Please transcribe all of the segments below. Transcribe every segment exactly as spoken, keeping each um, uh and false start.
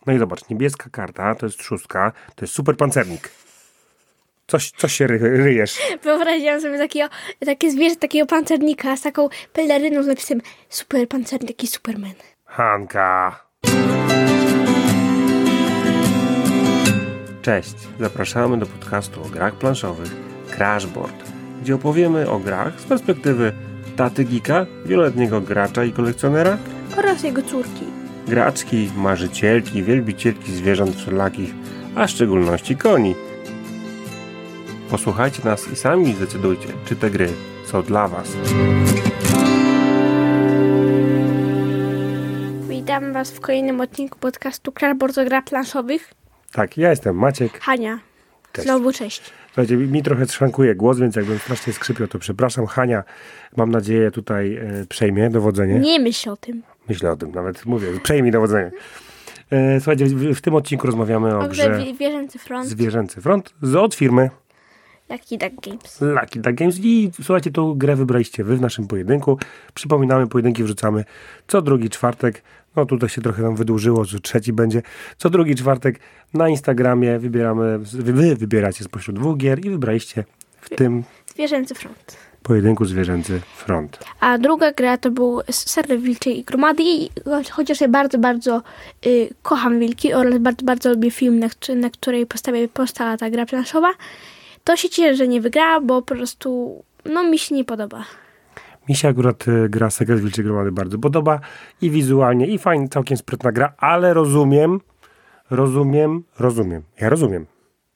No i zobacz, niebieska karta, to jest szóstka, to jest super pancernik. Coś, coś się ry, ryjesz. Wyobraziłam sobie takiego, takie zwierzę, takiego pancernika z taką peleryną z napisem super pancernik, taki Superman. Hanka. Cześć, zapraszamy do podcastu o grach planszowych Crashboard, gdzie opowiemy o grach z perspektywy taty geeka, wieloletniego gracza i kolekcjonera Oraz jego córki. Graczki, marzycielki, wielbicielki zwierząt wszelakich, a w szczególności koni. Posłuchajcie nas i sami zdecydujcie, czy te gry są dla was. Witam was w kolejnym odcinku podcastu Crashboard o grach planszowych. Tak, ja jestem Maciek. Hania. Cześć. Znowu cześć. Słuchajcie, mi trochę szwankuje głos, więc jakbym strasznie skrzypiał, to przepraszam. Hania, mam nadzieję, tutaj e, przejmie dowodzenie. Nie myśl o tym. Myślę o tym, nawet mówię, przejmij dowodzenie. E, słuchajcie, w, w tym odcinku rozmawiamy o, O grze grze Zwierzęcy Front. Zwierzęcy Front z od firmy Lucky Duck Games. Lucky Duck Games. I słuchajcie, tą grę wybraliście wy w naszym pojedynku. Przypominamy, pojedynki wrzucamy co drugi czwartek. No tutaj się trochę nam wydłużyło, że trzeci będzie. Co drugi czwartek na Instagramie wybieramy, wy wybieracie spośród dwóch gier i wybraliście w tym Zwierzęcy Front. pojedynku Zwierzęcy Front. A druga gra to był Serial Wilczej Gromady. I chociaż ja bardzo, bardzo y, kocham wilki oraz bardzo, bardzo lubię film, na, na której podstawie powstała ta gra planszowa, to się cieszę, że nie wygrała, bo po prostu no mi się nie podoba. Mi się akurat y, gra Sekret Wilczej Gromady bardzo podoba i wizualnie, i fajnie, całkiem sprytna gra, ale rozumiem, rozumiem, rozumiem. Ja rozumiem.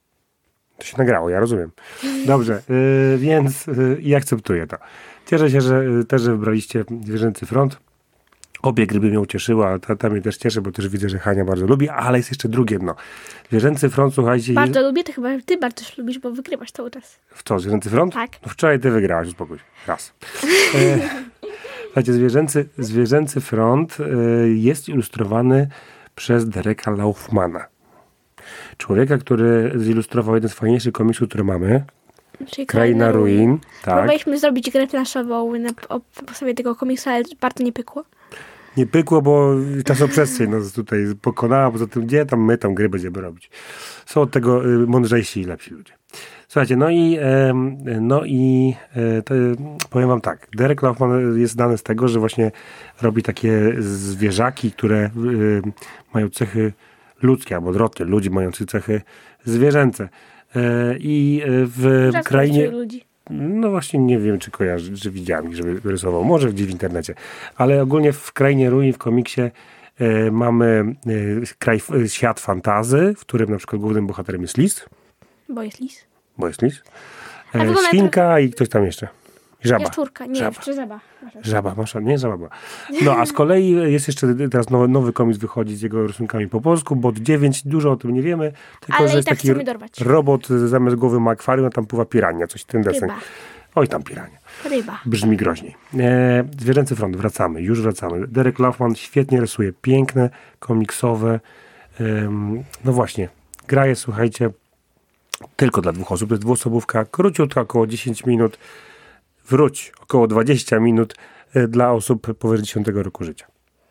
To się nagrało, ja rozumiem. Dobrze, y, więc y, i akceptuję to. Cieszę się, że y, też że wybraliście Zwierzęcy Front. Obie gry by mnie ucieszyły, a ta, ta mnie też cieszy, bo też widzę, że Hania bardzo lubi, ale jest jeszcze drugie dno. Zwierzęcy Front, słuchajcie... Bardzo jest... lubię, to chyba ty bardzo lubisz, bo wygrywasz cały czas. W co, Zwierzęcy Front? Tak. No wczoraj ty wygrałaś, uspokój się. Raz. E, słuchajcie, Zwierzęcy, Zwierzęcy Front e, jest ilustrowany przez Dereka Laufmana. Człowieka, który zilustrował jeden z fajniejszych komiksów, które mamy. Czyli Kraina Ruin. Tak. Próbowaliśmy zrobić grę planszową na o podstawie tego komiksu, ale bardzo nie pykło. Nie pykło, bo czasoprzestrzeń nas tutaj pokonała. Poza tym, gdzie tam my tam gry będziemy robić. Są od tego y, mądrzejsi i lepsi ludzie. Słuchajcie, no i, e, no i e, to, powiem wam tak. Derek Laufman jest znany z tego, że właśnie robi takie zwierzaki, które y, mają cechy ludzkie, albo odwrotnie, ludzi mający cechy zwierzęce. E, I w Rzadko krainie... ludzi. No właśnie nie wiem, czy kojarzy, czy widziałem, żeby rysował. Może gdzieś w internecie. Ale ogólnie w Krainie Ruin, w komiksie e, mamy e, kraj, e, świat fantazy, w którym na przykład głównym bohaterem jest lis. Bo jest lis. Bo jest lis. A E, wygląda świnka trochę- i ktoś tam jeszcze. I żaba. Jaszczurka, nie, Żaba. jeszcze żaba. Żaba, masz, nie żaba była. No a z kolei jest jeszcze teraz nowy, nowy komiks wychodzi z jego rysunkami po polsku, Bot dziewięć, dużo o tym nie wiemy, tylko Ale że i jest tak taki chcemy dorwać. robot zamiast głowy ma akwarium, a tam pływa pirania, coś ten deseń. Ryba. Oj tam pirania. Ryba. Brzmi groźniej. E, Zwierzęcy Front, wracamy, już wracamy. Derek Laufman świetnie rysuje, piękne, komiksowe. Ym, no właśnie, gra jest, słuchajcie, tylko dla dwóch osób. To jest dwuosobówka, króciutka, około dziesięć minut. Wróć, około dwadzieścia minut y, dla osób powyżej dziesiątego roku życia.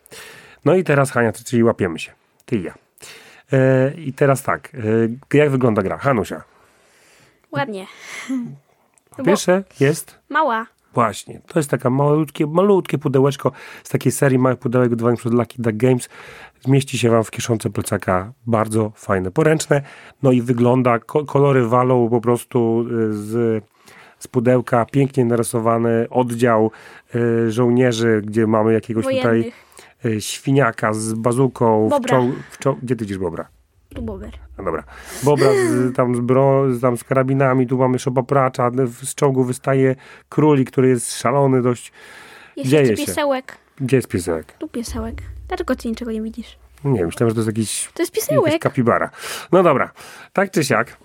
No i teraz, Hania, czyli łapiemy się. Ty i ja. E, I teraz tak, y, jak wygląda gra? Hanusia. Ładnie. Po pierwsze jest... Mała. Właśnie, to jest taka malutkie, malutkie pudełeczko z takiej serii małych pudełek wydawanych przez Lucky Duck Games. Zmieści się wam w kieszonce plecaka. Bardzo fajne, poręczne. No i wygląda, ko kolory walą po prostu z, z pudełka. Pięknie narysowany oddział y, żołnierzy, gdzie mamy jakiegoś Wojennych. tutaj y, świniaka z bazuką. W Bobra. czoł, w czoł, gdzie ty widzisz Bobra? Tu bober. No dobra. Bobra z, tam, z bro, z, tam z karabinami, tu mamy szopapracza, z czołgu wystaje królik, który jest szalony dość. Jest Dzieje jeszcze się. piesełek. Gdzie jest piesełek? Tu piesełek. Dlaczego ty niczego nie widzisz? Nie wiem, myślałem, że to jest jakiś, To jest jakaś piesełek. kapibara. No dobra, tak czy siak.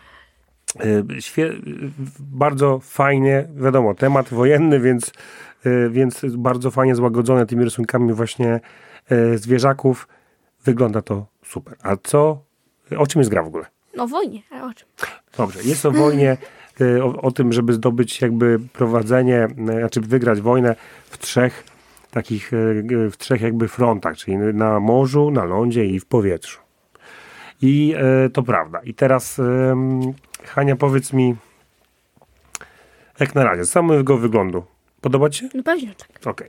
Yy, świe, yy, bardzo fajnie, wiadomo, temat wojenny, więc, yy, więc bardzo fajnie złagodzone tymi rysunkami właśnie yy, zwierzaków. Wygląda to super. A co, o czym jest gra w ogóle? No wojnie, ale o czym? Dobrze, jest o wojnie, y, o, o tym, żeby zdobyć jakby prowadzenie, y, znaczy wygrać wojnę w trzech takich, y, y, w trzech jakby frontach, czyli na morzu, na lądzie i w powietrzu. I e, to prawda. I teraz e, Hania, powiedz mi, jak na razie, z samego wyglądu. Podoba ci się? No pewnie, że tak. Okej. Okay.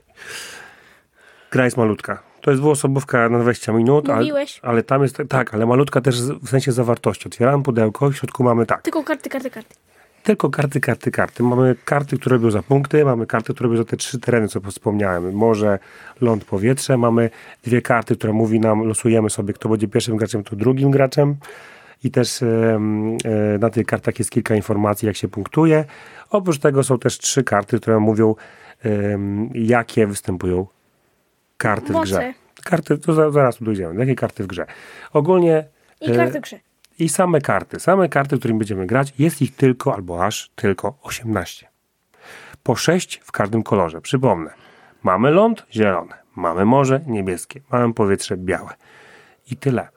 Gra jest malutka. To jest dwuosobówka na dwadzieścia minut. Mówiłeś. Ale, ale tam jest, tak, ale malutka też w sensie zawartości. Otwieramy pudełko, w środku mamy tak. Tylko karty, karty, karty. Tylko karty, karty, karty. Mamy karty, które robią za punkty, mamy karty, które robią za te trzy tereny, co wspomniałem. Morze, ląd, powietrze. Mamy dwie karty, które mówi nam, losujemy sobie, kto będzie pierwszym graczem, kto drugim graczem. I też e, e, na tych kartach jest kilka informacji, jak się punktuje. Oprócz tego są też trzy karty, które mówią, e, jakie występują karty Moce. w grze. Karty, to zaraz tu dojdziemy. Jakie karty w grze? Ogólnie... I karty w grze. I same karty. Same karty, którymi będziemy grać, jest ich tylko, albo aż tylko osiemnaście. Po sześć w każdym kolorze. Przypomnę. Mamy ląd zielone. Mamy morze niebieskie. Mamy powietrze białe. I tyle.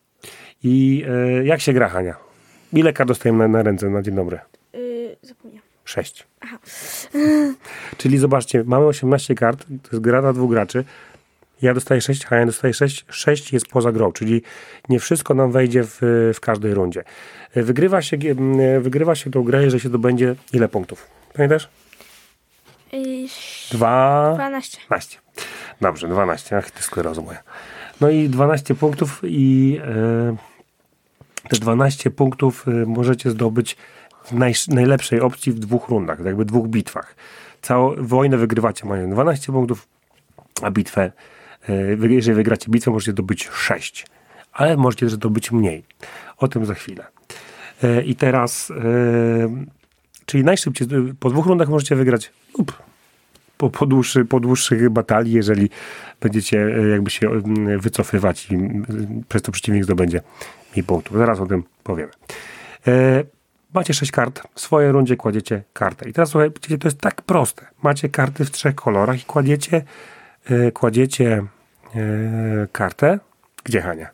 I e, jak się gra, Hania? Ile kart dostajemy na, na ręce na dzień dobry? Yy, zapomniałam. Sześć. Aha. Czyli zobaczcie, mamy osiemnaście kart. To jest gra na dwóch graczy. Ja dostaję sześć, Hania dostaje sześć. sześć jest poza grą, czyli nie wszystko nam wejdzie w, w każdej rundzie. Wygrywa się, wygrywa się tą grę, jeżeli się zdobędzie ile punktów? Pamiętasz? Yy, Dwa... dwanaście. dwanaście. Dobrze, dwanaście. Ach, ty skleroza moja. No i dwanaście punktów i e, te dwanaście punktów e, możecie zdobyć w naj, najlepszej opcji w dwóch rundach, jakby dwóch bitwach. Całą wojnę wygrywacie, mają dwanaście punktów, a bitwę, e, jeżeli wygracie bitwę, możecie zdobyć sześć. Ale możecie też zdobyć mniej. O tym za chwilę. E, I teraz, e, czyli najszybciej, po dwóch rundach możecie wygrać up, po, po, dłuższy, po dłuższych batalii, jeżeli będziecie jakby się wycofywać i przez to przeciwnik zdobędzie mniej punktów. Zaraz o tym powiemy. E, macie sześć kart. W swojej rundzie kładziecie kartę. I teraz słuchajcie, to jest tak proste. Macie karty w trzech kolorach i kładziecie e, kładziecie e, kartę. Gdzie, Hania?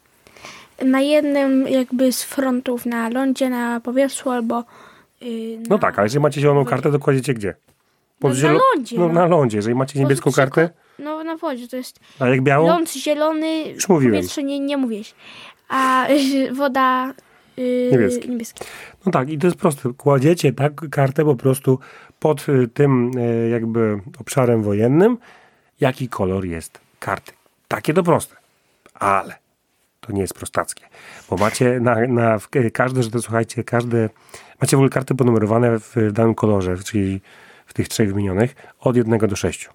Na jednym jakby z frontów, na lądzie, na powietrzu albo yy, na... No tak, ale jeżeli macie zieloną kartę, to kładziecie gdzie? No, zielo... na lądzie. No, No. na lądzie. Jeżeli macie niebieską kartę, No na wodzie to jest a jak białą? ląd zielony, Już mówiłem. powietrze nie, nie mówiłeś. A yy, woda yy, Niebieski. niebieska. No tak, i to jest proste. Kładziecie tak kartę po prostu pod y, tym y, jakby obszarem wojennym, jaki kolor jest karty. Takie to proste. Ale to nie jest prostackie. Bo macie na, na w, każde, że to słuchajcie, każde, macie w ogóle karty ponumerowane w, w danym kolorze, czyli w tych trzech wymienionych, od jednego do sześciu.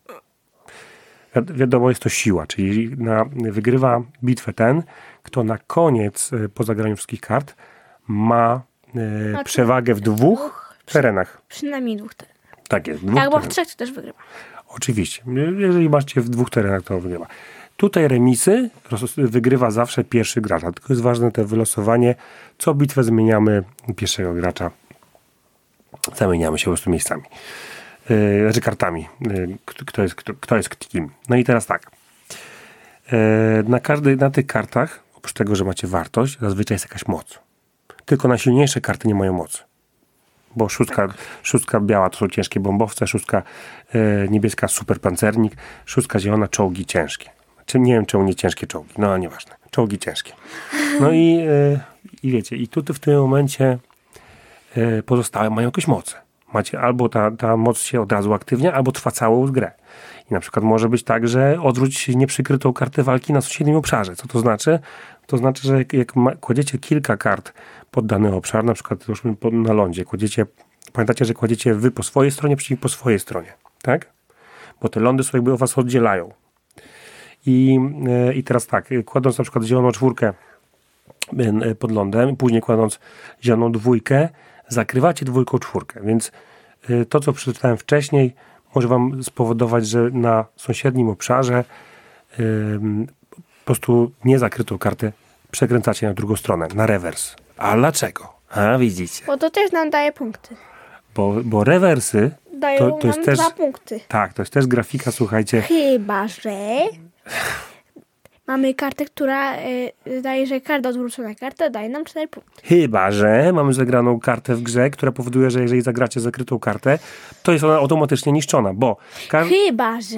Wi- wiadomo, jest to siła, czyli na, wygrywa bitwę ten, kto na koniec y, po zagraniu wszystkich kart ma y, Znaczy, przewagę w dwóch dwóch, terenach. Przynajmniej dwóch terenów. Tak jest. w dwóch Jak bo w terenach. trzech to też wygrywa. Oczywiście. Jeżeli macie w dwóch terenach, to wygrywa. Tutaj remisy roz- wygrywa zawsze pierwszy gracz. Tylko jest ważne to wylosowanie. Co bitwę zmieniamy pierwszego gracza. Zamieniamy się po prostu miejscami. Yy, znaczy kartami. Yy, kto, kto, jest, kto, kto jest kim. No i teraz tak. Yy, na, każdej, na tych kartach, oprócz tego, że macie wartość, zazwyczaj jest jakaś moc. Tylko najsilniejsze karty nie mają mocy. Bo szóstka, szóstka biała to są ciężkie bombowce, szóstka e, niebieska super pancernik, szóstka zielona czołgi ciężkie. Czy nie wiem, czemu nie ciężkie czołgi, no ale nieważne. Czołgi ciężkie. No i, e, i wiecie, i tutaj w tym momencie e, pozostałe mają jakąś moc. Macie albo ta, ta moc się od razu aktywnia, albo trwa całą grę. I na przykład może być tak, że odwróć nieprzykrytą kartę walki na sąsiednim obszarze. Co to znaczy? To znaczy, że jak, jak ma, kładziecie kilka kart pod dany obszar, na przykład już na lądzie, kładziecie, pamiętacie, że kładziecie wy po swojej stronie, przeciwnik po swojej stronie, tak? Bo te lądy sobie jakby was oddzielają. I, e, i teraz tak, kładąc na przykład zieloną czwórkę e, pod lądem, później kładąc zieloną dwójkę, zakrywacie dwójką czwórkę, więc e, to, co przeczytałem wcześniej, może wam spowodować, że na sąsiednim obszarze e, po prostu niezakrytą kartę przekręcacie na drugą stronę, na rewers. A dlaczego? A widzicie. Bo to też nam daje punkty. Bo, bo rewersy Dają to, to nam jest też, dwa punkty. tak, to jest też grafika, słuchajcie. Chyba, że mamy kartę, która y, daje, że każda odwrócona karta daje nam cztery punkty. Chyba że mamy zagraną kartę w grze, która powoduje, że jeżeli zagracie zakrytą kartę, to jest ona automatycznie niszczona, bo... Kar- Chyba, że...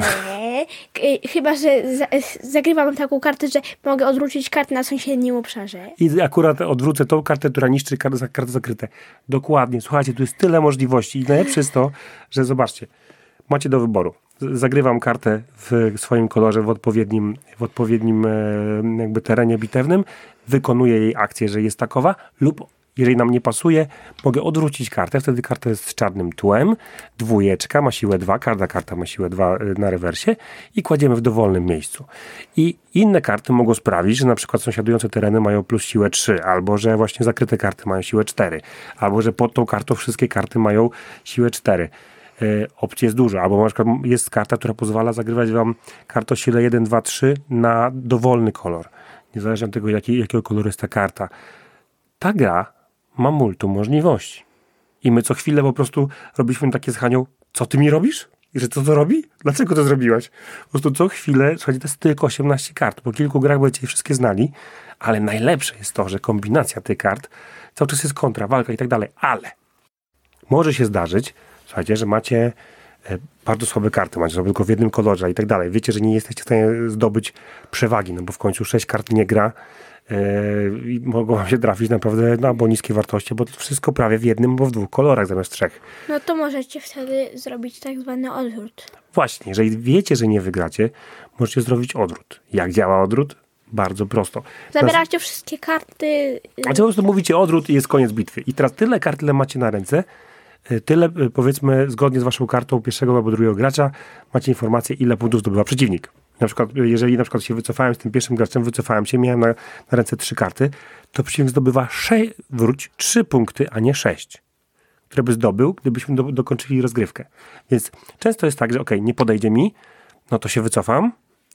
y, chyba, że za, zagrywam taką kartę, że mogę odwrócić kartę na sąsiednim obszarze. I akurat odwrócę tą kartę, która niszczy kartę, kartę zakryte. Dokładnie. Słuchajcie, tu jest tyle możliwości. I najlepsze jest to, że zobaczcie, macie do wyboru. Zagrywam kartę w swoim kolorze w odpowiednim, w odpowiednim e, jakby terenie bitewnym, wykonuję jej akcję, że jest takowa, lub jeżeli nam nie pasuje, mogę odwrócić kartę, wtedy karta jest z czarnym tłem, dwójeczka ma siłę dwa, każda karta ma siłę dwa na rewersie i kładziemy w dowolnym miejscu. I inne karty mogą sprawić, że na przykład sąsiadujące tereny mają plus siłę trzy, albo że właśnie zakryte karty mają siłę cztery, albo że pod tą kartą wszystkie karty mają siłę cztery. Y, opcji jest dużo, albo na przykład jest karta, która pozwala zagrywać wam kartę o sile jeden, dwa, trzy na dowolny kolor. Niezależnie od tego, jaki, jakiego koloru jest ta karta. Ta gra ma multum możliwości. I my co chwilę po prostu robiliśmy takie z Hanią, co ty mi robisz? I że co to robi? Dlaczego to zrobiłaś? Po prostu co chwilę, słuchajcie, to jest tylko osiemnaście kart. Po kilku grach będziecie je wszystkie znali, ale najlepsze jest to, że kombinacja tych kart cały czas jest kontra, walka i tak dalej. Ale może się zdarzyć, słuchajcie, że macie e, bardzo słabe karty, macie sobie tylko w jednym kolorze i tak dalej. Wiecie, że nie jesteście w stanie zdobyć przewagi, no bo w końcu sześć kart nie gra e, i mogą wam się trafić naprawdę na albo niskie wartości, bo to wszystko prawie w jednym albo w dwóch kolorach zamiast trzech. No to możecie wtedy zrobić tak zwany odwrót. Właśnie, jeżeli wiecie, że nie wygracie, możecie zrobić odwrót. Jak działa odwrót? Bardzo prosto. Zabieracie wszystkie karty. A po prostu mówicie odwrót i jest koniec bitwy. I teraz tyle kart, ile macie na ręce, tyle, powiedzmy, zgodnie z waszą kartą pierwszego albo drugiego gracza, macie informację, ile punktów zdobywa przeciwnik. Na przykład, jeżeli na przykład się wycofałem z tym pierwszym graczem, wycofałem się, miałem na, na ręce trzy karty, to przeciwnik zdobywa sześć, wróć, trzy punkty, a nie sześć, które by zdobył, gdybyśmy do, dokończyli rozgrywkę. Więc często jest tak, że okej, okay, nie podejdzie mi, no to się wycofam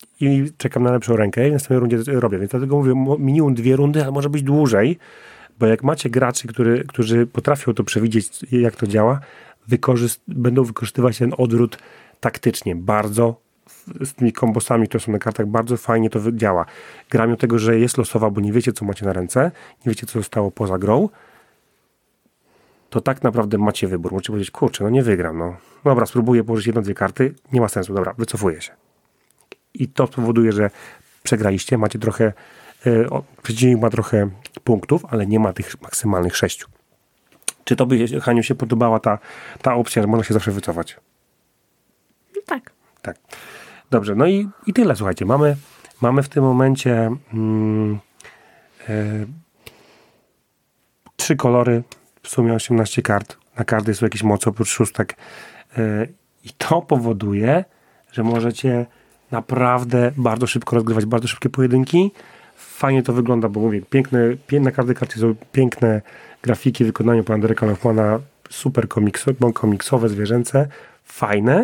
i czekam na lepszą rękę i w następnej rundzie robię. Więc dlatego mówię, minimum dwie rundy, ale może być dłużej, bo jak macie graczy, który, którzy potrafią to przewidzieć, jak to działa, wykorzyst- będą wykorzystywać ten odwrót taktycznie. Bardzo z tymi kombosami, które są na kartach, bardzo fajnie to działa. Gra mimo tego, że jest losowa, bo nie wiecie, co macie na ręce, nie wiecie, co zostało poza grą, to tak naprawdę macie wybór. Możecie powiedzieć, kurczę, no nie wygram, no. Dobra, spróbuję położyć jedną, dwie karty, nie ma sensu, dobra, wycofuję się. I to spowoduje, że przegraliście, macie trochę, yy, przeciwnik ma trochę punktów, ale nie ma tych maksymalnych sześciu. Czy to by, Haniu, się podobała ta, ta opcja, że można się zawsze wycofać? No tak. Tak. Dobrze, no i, i tyle, słuchajcie. Mamy, mamy w tym momencie mm, e, trzy kolory, w sumie osiemnaście kart. Na każdej są jakieś moce oprócz szóstek. E, I to powoduje, że możecie naprawdę bardzo szybko rozgrywać bardzo szybkie pojedynki. Fajnie to wygląda, bo mówię, piękne, na każdej karcie są piękne grafiki w wykonaniu pana Dereka Laufmana, super komikso, komiksowe, zwierzęce, fajne.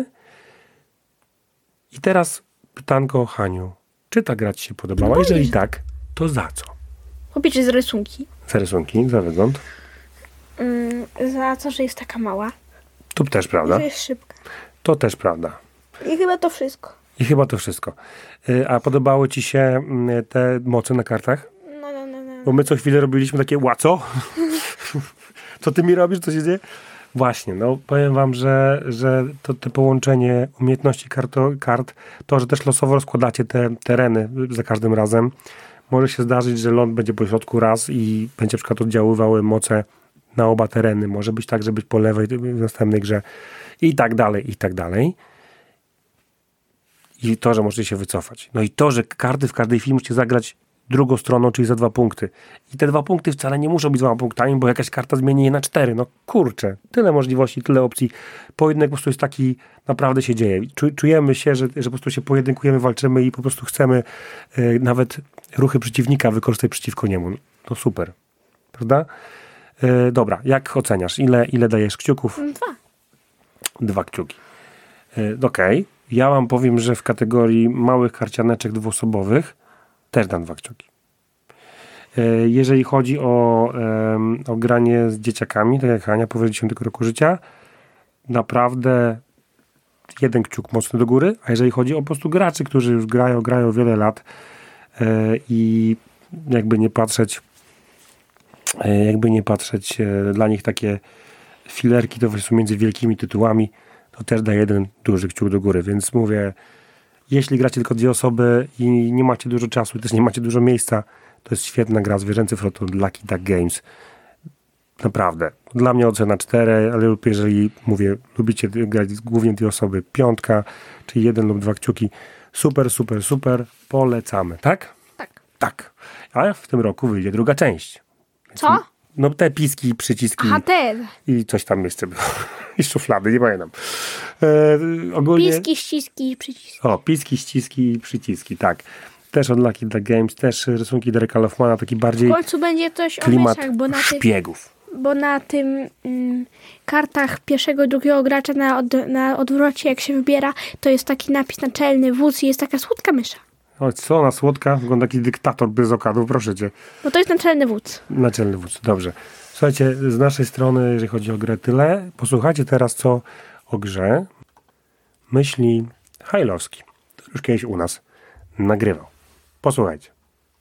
I teraz pytanko, Haniu, czy ta gra ci się podobała? No jeżeli tak, to za co? Po pierwsze z rysunki. Za rysunki, za wygląd. Mm, za to, że jest taka mała. To też prawda. I że jest szybka. To też prawda. I chyba to wszystko. I chyba to wszystko. A podobały ci się te moce na kartach? No, no, no, no. Bo my co chwilę robiliśmy takie, łaco? Co ty mi robisz? Co się dzieje? Właśnie, no powiem wam, że, że to, to połączenie umiejętności karto, kart, to, że też losowo rozkładacie te tereny za każdym razem, może się zdarzyć, że ląd będzie po środku raz i będzie na przykład oddziaływały moce na oba tereny. Może być tak, że być po lewej w następnej grze i tak dalej, i tak dalej. I to, że możecie się wycofać. No i to, że karty w każdej chwili musicie zagrać drugą stroną, czyli za dwa punkty. I te dwa punkty wcale nie muszą być dwoma punktami, bo jakaś karta zmieni je na cztery. No kurczę, tyle możliwości, tyle opcji. Pojedynek po prostu jest taki, naprawdę się dzieje. Czujemy się, że, że po prostu się pojedynkujemy, walczymy i po prostu chcemy y, nawet ruchy przeciwnika wykorzystać przeciwko niemu. No super. Prawda? Y, dobra, jak oceniasz? Ile, ile dajesz kciuków? Dwa. Dwa kciuki. Y, Okej. Okay. Ja wam powiem, że w kategorii małych karcianeczek dwuosobowych też dam dwa kciuki. Jeżeli chodzi o, o granie z dzieciakami, tak jak Hania powyżej dziesiątego roku życia, naprawdę jeden kciuk mocny do góry, a jeżeli chodzi o po prostu graczy, którzy już grają, grają wiele lat, i jakby nie patrzeć, jakby nie patrzeć, dla nich takie filerki to są między wielkimi tytułami, to też daje jeden duży kciuk do góry, więc mówię, jeśli gracie tylko dwie osoby i nie macie dużo czasu i też nie macie dużo miejsca, to jest świetna gra, Zwierzęcy Front od Lucky Duck Games. Naprawdę. Dla mnie ocena cztery, ale jeżeli, mówię, lubicie grać głównie dwie osoby, piątka, czyli jeden lub dwa kciuki, super, super, super, polecamy, tak? Tak. Tak. A w tym roku wyjdzie druga część. Co? No te piski, przyciski. Aha, ten. I coś tam jeszcze było. I szuflady, nie pamiętam. E, ogólnie... Piski, ściski, przyciski. O, piski, ściski i przyciski, tak. Też od Lucky Duck Games, też rysunki Dereka Laufmana, taki bardziej W końcu będzie coś o klimat myszach, bo na, ty, szpiegów. bo na tym mm, kartach pierwszego i drugiego gracza na, od, na odwrocie, jak się wybiera, to jest taki napis naczelny wódz i jest taka słodka mysza. O, co ona słodka? Wygląda taki dyktator bez okadów, proszę cię. Bo to jest naczelny wódz. Naczelny wódz, dobrze. Słuchajcie, z naszej strony, jeżeli chodzi o grę, tyle. Posłuchajcie teraz, co o grze myśli Hajlowski, który już kiedyś u nas nagrywał. Posłuchajcie.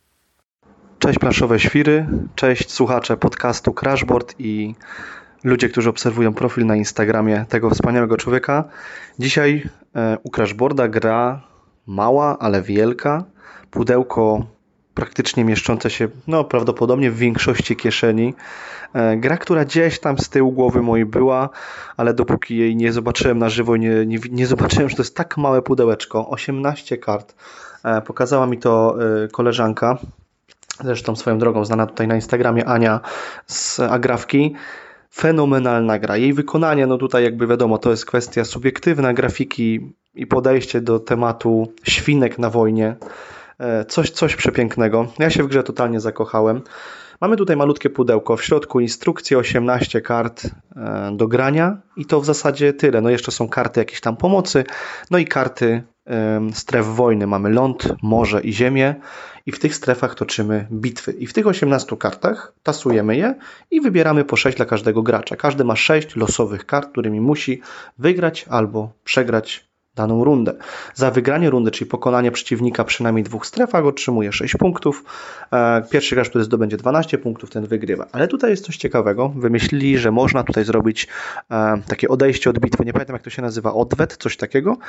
Cześć planszowe świry, cześć słuchacze podcastu Crashboard i ludzie, którzy obserwują profil na Instagramie tego wspaniałego człowieka. Dzisiaj e, u Crashboarda gra mała, ale wielka, pudełko praktycznie mieszczące się, no prawdopodobnie w większości kieszeni. E, gra, która gdzieś tam z tyłu głowy mojej była, ale dopóki jej nie zobaczyłem na żywo, nie, nie, nie zobaczyłem, że to jest tak małe pudełeczko, osiemnaście kart. E, pokazała mi to e, koleżanka, zresztą swoją drogą znana tutaj na Instagramie, Ania z Agrafki. Fenomenalna gra. Jej wykonanie, no tutaj jakby wiadomo, to jest kwestia subiektywna grafiki i podejście do tematu świnek na wojnie. Coś, coś przepięknego. Ja się w grze totalnie zakochałem. Mamy tutaj malutkie pudełko, w środku instrukcje, osiemnaście kart do grania i to w zasadzie tyle. No jeszcze są karty jakieś tam pomocy, no i karty stref wojny. Mamy ląd, morze i ziemię i w tych strefach toczymy bitwy. I w tych osiemnastu kartach tasujemy je i wybieramy po sześć dla każdego gracza. Każdy ma sześć losowych kart, którymi musi wygrać albo przegrać daną rundę. Za wygranie rundy, czyli pokonanie przeciwnika w przynajmniej dwóch strefach, otrzymuje sześć punktów. Pierwszy gracz, który zdobędzie dwanaście punktów, ten wygrywa. Ale tutaj jest coś ciekawego. Wymyślili, że można tutaj zrobić takie odejście od bitwy. Nie pamiętam, jak to się nazywa. Odwet, coś takiego.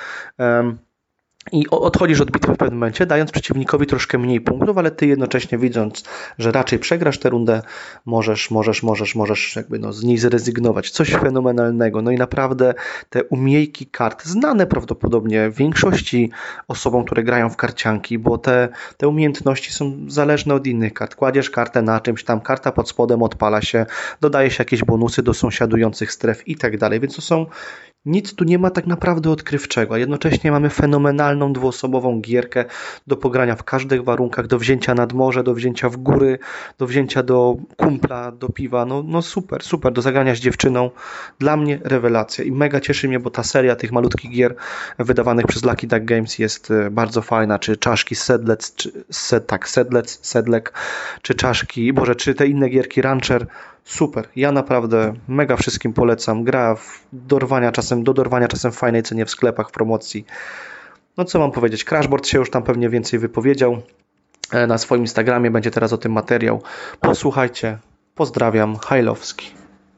I odchodzisz od bitwy w pewnym momencie, dając przeciwnikowi troszkę mniej punktów, ale ty jednocześnie widząc, że raczej przegrasz tę rundę, możesz, możesz, możesz, możesz jakby no z niej zrezygnować. Coś fenomenalnego. No i naprawdę te umiejki kart, znane prawdopodobnie większości osobom, które grają w karcianki, bo te, te umiejętności są zależne od innych kart. Kładziesz kartę na czymś tam, karta pod spodem odpala się, dodaje się jakieś bonusy do sąsiadujących stref i tak dalej, więc to są nic tu nie ma tak naprawdę odkrywczego, a jednocześnie mamy fenomenalną dwuosobową gierkę do pogrania w każdych warunkach, do wzięcia nad morze, do wzięcia w góry, do wzięcia do kumpla, do piwa, no, no super, super, do zagrania z dziewczyną. Dla mnie rewelacja i mega cieszy mnie, bo ta seria tych malutkich gier wydawanych przez Lucky Duck Games jest bardzo fajna, czy czaszki Sedlec, czy, sed, tak, Sedlec, Sedlek, czy czaszki, boże, czy te inne gierki Rancher. Super, ja naprawdę mega wszystkim polecam. Gra w dorwania czasem, do dorwania czasem w fajnej cenie w sklepach, w promocji. No co mam powiedzieć, Crashboard się już tam pewnie więcej wypowiedział. Na swoim Instagramie będzie teraz o tym materiał. Posłuchajcie, pozdrawiam, Hajlowski.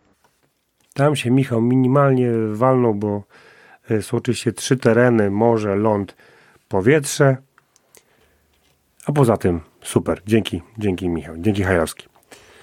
Tam się Michał minimalnie walnął, bo są oczywiście trzy tereny, morze, ląd, powietrze. A poza tym super, dzięki, dzięki Michał, dzięki Hajlowski.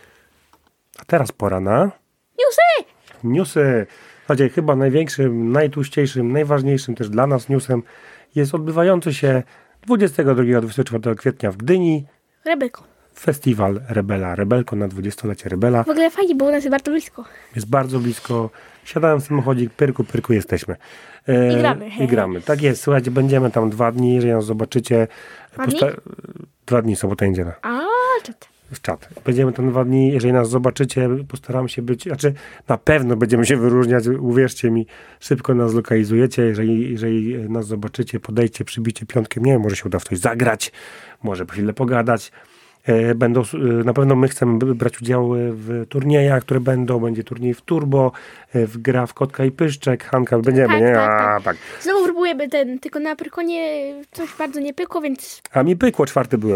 A teraz pora na... Newsy! Newsy. Słuchajcie, chyba największym, najtłuściejszym, najważniejszym też dla nas newsem jest odbywający się dwudziestego drugiego do dwudziestego czwartego kwietnia w Gdyni Rebelko. Festiwal Rebela. Rebelko na dwudziestolecie Rebela. W ogóle fajnie, bo u nas jest bardzo blisko. Jest bardzo blisko. Siadałem w samochodzie, pyrku, pyrku jesteśmy. E, I gramy. I gramy. Tak jest. Słuchajcie, będziemy tam dwa dni, jeżeli nas zobaczycie. Dwa dni? Posta- dwa dni, sobota, niedziela. A, czat. W czat. Będziemy tam dwa dni, jeżeli nas zobaczycie, postaramy się być, znaczy na pewno będziemy się wyróżniać, uwierzcie mi, szybko nas zlokalizujecie, jeżeli, jeżeli nas zobaczycie, podejdźcie, przybicie piątkę, nie wiem, może się uda w coś zagrać, może po chwilę pogadać. Będą, na pewno my chcemy brać udział w turniejach, które będą, będzie turniej w Turbo, w gra w Kotka i Pyszczek, Hanka, będziemy, tak, nie? Tak, A, tak. tak. Znowu próbujemy ten, tylko na Prykonie coś bardzo nie pykło, więc... A mi pykło, czwarty byłem.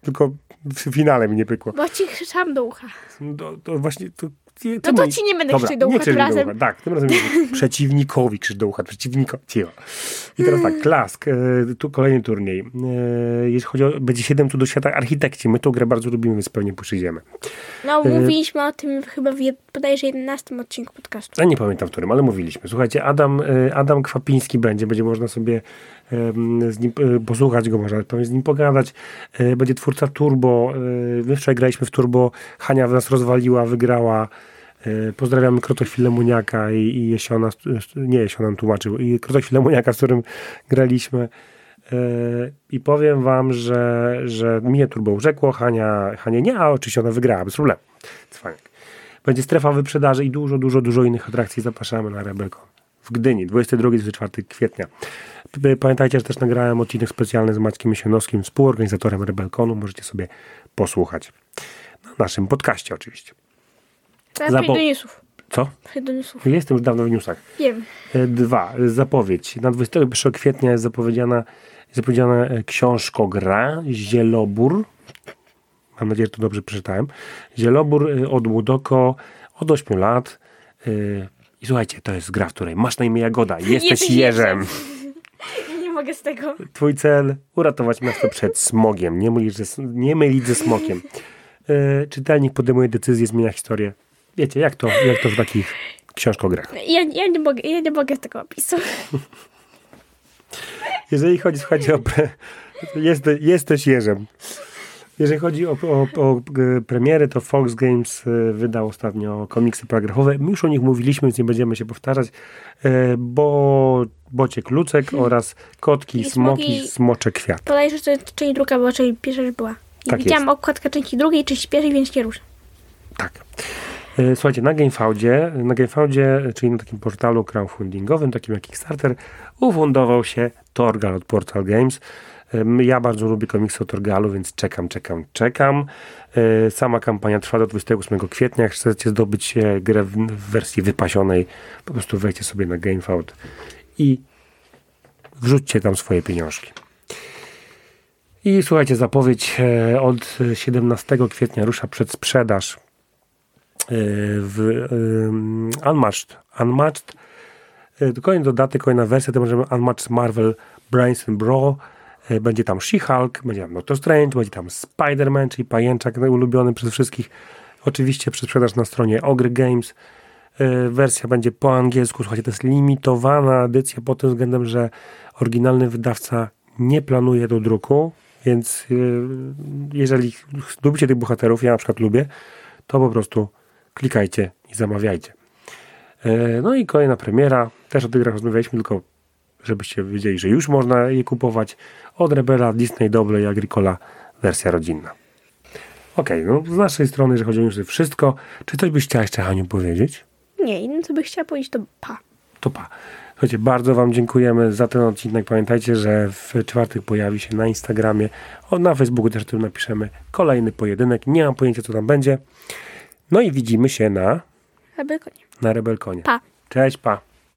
tylko w finale mi nie pykło. Bo ci krzyczałam do ucha. To, to właśnie... To, no to ci nie będę krzyczeć do ucha tym razem. Do ucha. Tak, tym razem przeciwnikowi krzycz do ucha. Przeciwnikowi. Cicho. I teraz tak, Klask. E, tu kolejny turniej. E, jeśli chodzi o... Będzie siedem tu do świata architekci. My tą grę bardzo lubimy, więc pewnie przyjdziemy. No, mówiliśmy o tym chyba w jed, bodajże jedenastym odcinku podcastu. Ja nie pamiętam w którym, ale mówiliśmy. Słuchajcie, Adam, Adam Kwapiński będzie. Będzie można sobie z nim posłuchać go, można z nim pogadać. Będzie twórca Turbo. My wczoraj graliśmy w Turbo. Hania nas rozwaliła, wygrała. Pozdrawiamy Krotochwilę Muniaka i, i Jesiona, nie Jesiona nam tłumaczył, i Krotochwilę Muniaka, z którym graliśmy. I powiem wam, że, że mnie Turbo urzekło, Hania, Hania nie, a oczywiście ona wygrała, bez problemu. Cwaniak. Będzie strefa wyprzedaży i dużo, dużo, dużo innych atrakcji. Zapraszamy na Rebelcon w Gdyni, dwudziestego drugiego do dwudziestego czwartego kwietnia. Pamiętajcie, że też nagrałem odcinek specjalny z Maćkiem Sienowskim, współorganizatorem Rebelconu. Możecie sobie posłuchać na naszym podcaście oczywiście. Zapo- do newsów. Co? Do newsów. Jestem już dawno w newsach. Wiem. Dwa. Zapowiedź. Na dwudziestego pierwszego kwietnia jest zapowiedziana, zapowiedziana książkogra Zielobór. Mam nadzieję, że to dobrze przeczytałem. Zielobór od Łudoko od ośmiu lat. I słuchajcie, to jest gra, w której masz na imię Jagoda. Jesteś Jesteś jeżem. Nie mogę z tego. Twój cel? Uratować miasto przed smogiem. Nie mylić ze, nie mylić ze smokiem. Yy, czytelnik podejmuje decyzję, zmienia historię. Wiecie, jak to, jak to w takich książkograch. Ja, ja, nie mogę, ja nie mogę z tego opisu. Jeżeli chodzi, słuchajcie, o pre... Jeste, jesteś jeżem. Jeżeli chodzi o, o, o premiery, to Fox Games wydał ostatnio komiksy paragrafowe. My już o nich mówiliśmy, więc nie będziemy się powtarzać. Bo Bociek Lucek hmm. oraz Kotki, I Smoki, smoki, Smocze Kwiat. Podajże, że to część druga była, czyli pierwsza już była. I tak widziałam jest. Okładkę części drugiej, części pierwszej, więc nie ruszę. Tak. Słuchajcie, na GameFoundzie, na GameFoundzie, czyli na takim portalu crowdfundingowym, takim jak Kickstarter, ufundował się Torgal od Portal Games. Ja bardzo lubię komiksy o Torgalu, więc czekam, czekam, czekam. Sama kampania trwa do dwudziestego ósmego kwietnia. Jak chcecie zdobyć grę w wersji wypasionej, po prostu wejdźcie sobie na GameFound i wrzućcie tam swoje pieniążki. I słuchajcie, zapowiedź od siedemnastego kwietnia rusza przedsprzedaż w Unmatched. Unmatched. Kolejny dodatek, kolejna wersja, to możemy Unmatched Marvel Brains and Brawl. Będzie tam She-Hulk, będzie tam Doctor Strange, będzie tam Spider-Man, czyli pajęczak ulubiony przez wszystkich. Oczywiście przedsprzedaż na stronie Ogre Games. Wersja będzie po angielsku. Słuchajcie, to jest limitowana edycja pod tym względem, że oryginalny wydawca nie planuje do druku, więc jeżeli lubicie tych bohaterów, ja na przykład lubię, to po prostu klikajcie i zamawiajcie. No i kolejna premiera. Też o tych grach rozmawialiśmy, tylko żebyście wiedzieli, że już można je kupować. Od Rebela, Disney, Double i Agricola wersja rodzinna. Okej, okay, no z naszej strony, jeżeli chodzi o newsy, wszystko. Czy coś byś chciała jeszcze, Haniu, powiedzieć? Nie, innym co bych chciała powiedzieć, to pa. To pa. Słuchajcie, bardzo wam dziękujemy za ten odcinek. Pamiętajcie, że w czwartek pojawi się na Instagramie, o, na Facebooku też o tym napiszemy, kolejny pojedynek. Nie mam pojęcia, co tam będzie. No i widzimy się na Rebelconie. Na Rebelconie. Pa. Cześć, pa.